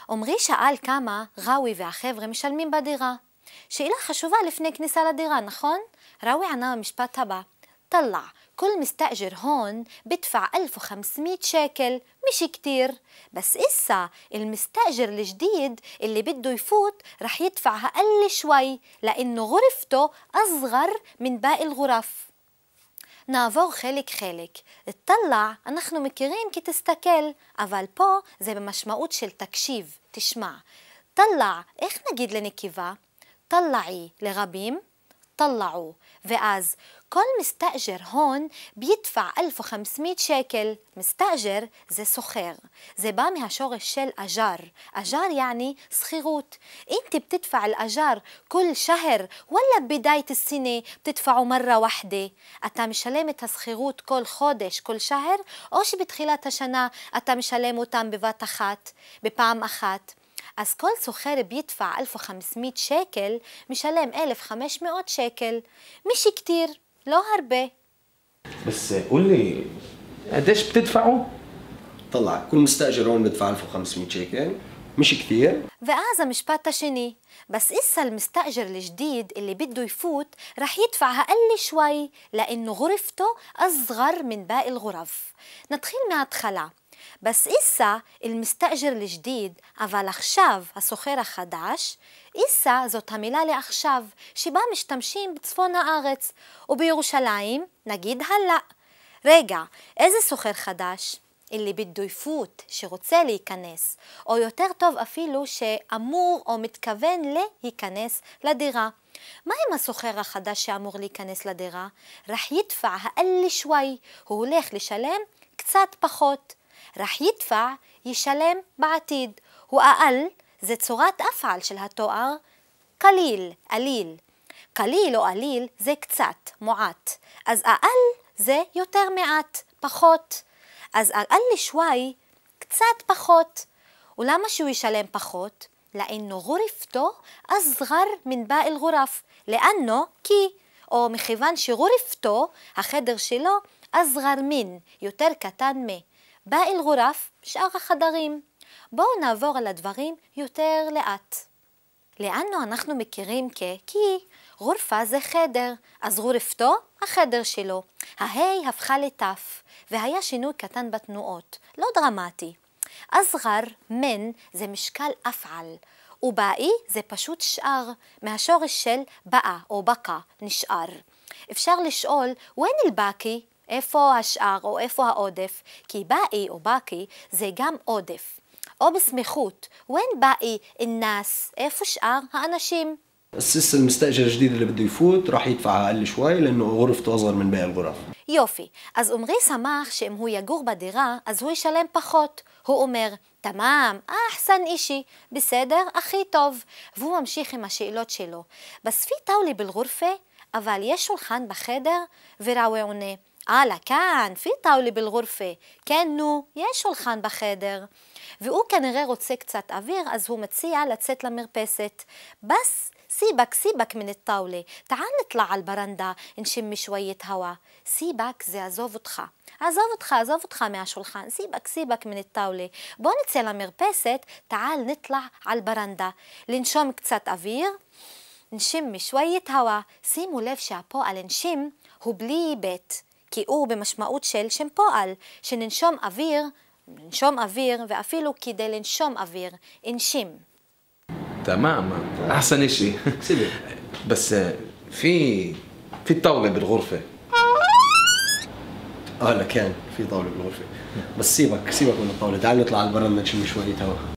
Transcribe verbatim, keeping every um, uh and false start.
עומרי שאל כמה ראוי והחבר'ה משלמים בדירה. שאלה חשובה לפני כניסה לדירה, נכון? ראוי ענה במשפט הבא: طلع كل مستأجر هون بدفع ألف وخمسمية شيكل، مش كتير. بس إسا المستأجر الجديد اللي بده يفوت رح يدفع أقل شوي لأنه غرفته أصغر من باقي الغرف. نعفور خالك خالك اطلع אנחנו מכירים כתסתכל, אבל פה זה במשמעות של תקשיב, תשמע. طلع, איך נגיד לנקבה? طلعي לרבים, طلعوا. ואז כל מסתאג'ר הון בידפע אלף וחמש מאות שקל. מסתאג'ר זה סוחר. זה בא מהשורש של אג'ר. אג'ר يعني سخيروت. انت بتدفع الأجار كل شهر ولا بداية السنة بتدفعه مرة واحدة؟ אתה משלם את הסחירות כל חודש, כל شهر, או שבתחילת השנה אתה משלם אותם בבת אחת, בפעם אחת. אז כל סוחר בידפע ألف وخمسمية שקל משלם ألف وخمسمية שקל. مش كتير, לא הרבה. بس قول لي قديش بتدفعوا؟ طلع كل مستأجر هون بدفع ألف وخمسمية شيكل، مش كتير. ואז המשפט השני: بس إسا المستأجر الجديد اللي بده يفوت رح يدفع أقل شوي لأنه غرفته أصغر من باقي الغرف. نتخيل מההתחלה. بس إسا المستأجر الجديد, אבל עכשיו הסוחר החדש. إسا זאת המילה לעכשיו שבה משתמשים בצפון הארץ, ובירושלים נגיד הלא. רגע, איזה סוחר חדש? اللي بده يفوت, שרוצה להיכנס, או יותר טוב אפילו שאמור או מתכוון להיכנס לדירה. מה עם הסוחר החדש שאמור להיכנס לדירה? רח ידפע أقل شوي, הוא הולך לשלם קצת פחות. רח ידפע ישלם בעתיד. הוא אקל, זה צורת אפעל של התואר קליל, אליל. קליל או אליל זה קצת, מועט. אז אקל זה יותר מעט, פחות. אז أقل شوي קצת פחות. ולמה שהוא ישלם פחות? لأنه غرفته أصغر من باقي الغرف. لأنه כי, או מכיוון שغرفته, החדר שלו, أصغر من, יותר קטן מ. باقي الغرف, שאר החדרים. בואו נעבור על הדברים יותר לאט. לאנו אנחנו מכירים כ, כי غرفة זה חדר, אז غرفته, החדר שלו. ההי הפכה לתף, והיה שינוי קטן בתנועות, לא דרמטי. אסגר, מן, זה משקל אפעל, ובאי זה פשוט שאר, מהשורש של באה או בקה, נשאר. אפשר לשאול, ווין אל-באקי? איפה השאר או איפה העודף? כי באי או באקי זה גם עודף. או בסמיכות, ווין באי الناس? איפה שאר האנשים? السيس المستأجر الجديد اللي بده يفوت راح يدفع أقل شوي لأنه غرفته أصغر من باقي الغرف. יופי, אז עומרי שמח שאם הוא יגור בדירה, אז הוא ישלם פחות. הוא אומר, תמם, אחסן אישי, בסדר, הכי טוב. והוא ממשיך עם השאלות שלו. בס في طاولة بالغرفة, אבל יש שולחן בחדר? וראוי עונה, אה, כאן, في طاولة بالغرفة. כן, נו, יש שולחן בחדר. והוא כנראה רוצה קצת אוויר, אז הוא מציע לצאת למרפסת. בס سيبك سيبك من الطاولة, تعال نطلع على البرندة نشم شوية هوا. سيبك זה עזוב אותך. עזוב אותך, עזוב אותך מהשולחן. سيبك سيبك من الطاولة. בוא נצא למרפסת, تعال نطلع على البرندة. לנשום קצת אוויר. נשם شوية هوا. שימו לב שהפועל נשם הוא בלי בית, כי הוא במשמעות של שם פועל, שננשום אוויר, ננשום אוויר, ואפילו כדי לנשום אוויר, נשם. تمام احسن اشي سيبك. بس في في طاولة بالغرفة. اه لا كان في طاولة بالغرفة، بس سيبك سيبك من الطاولة، تعال نطلع على البرندة نشم شوية هوا.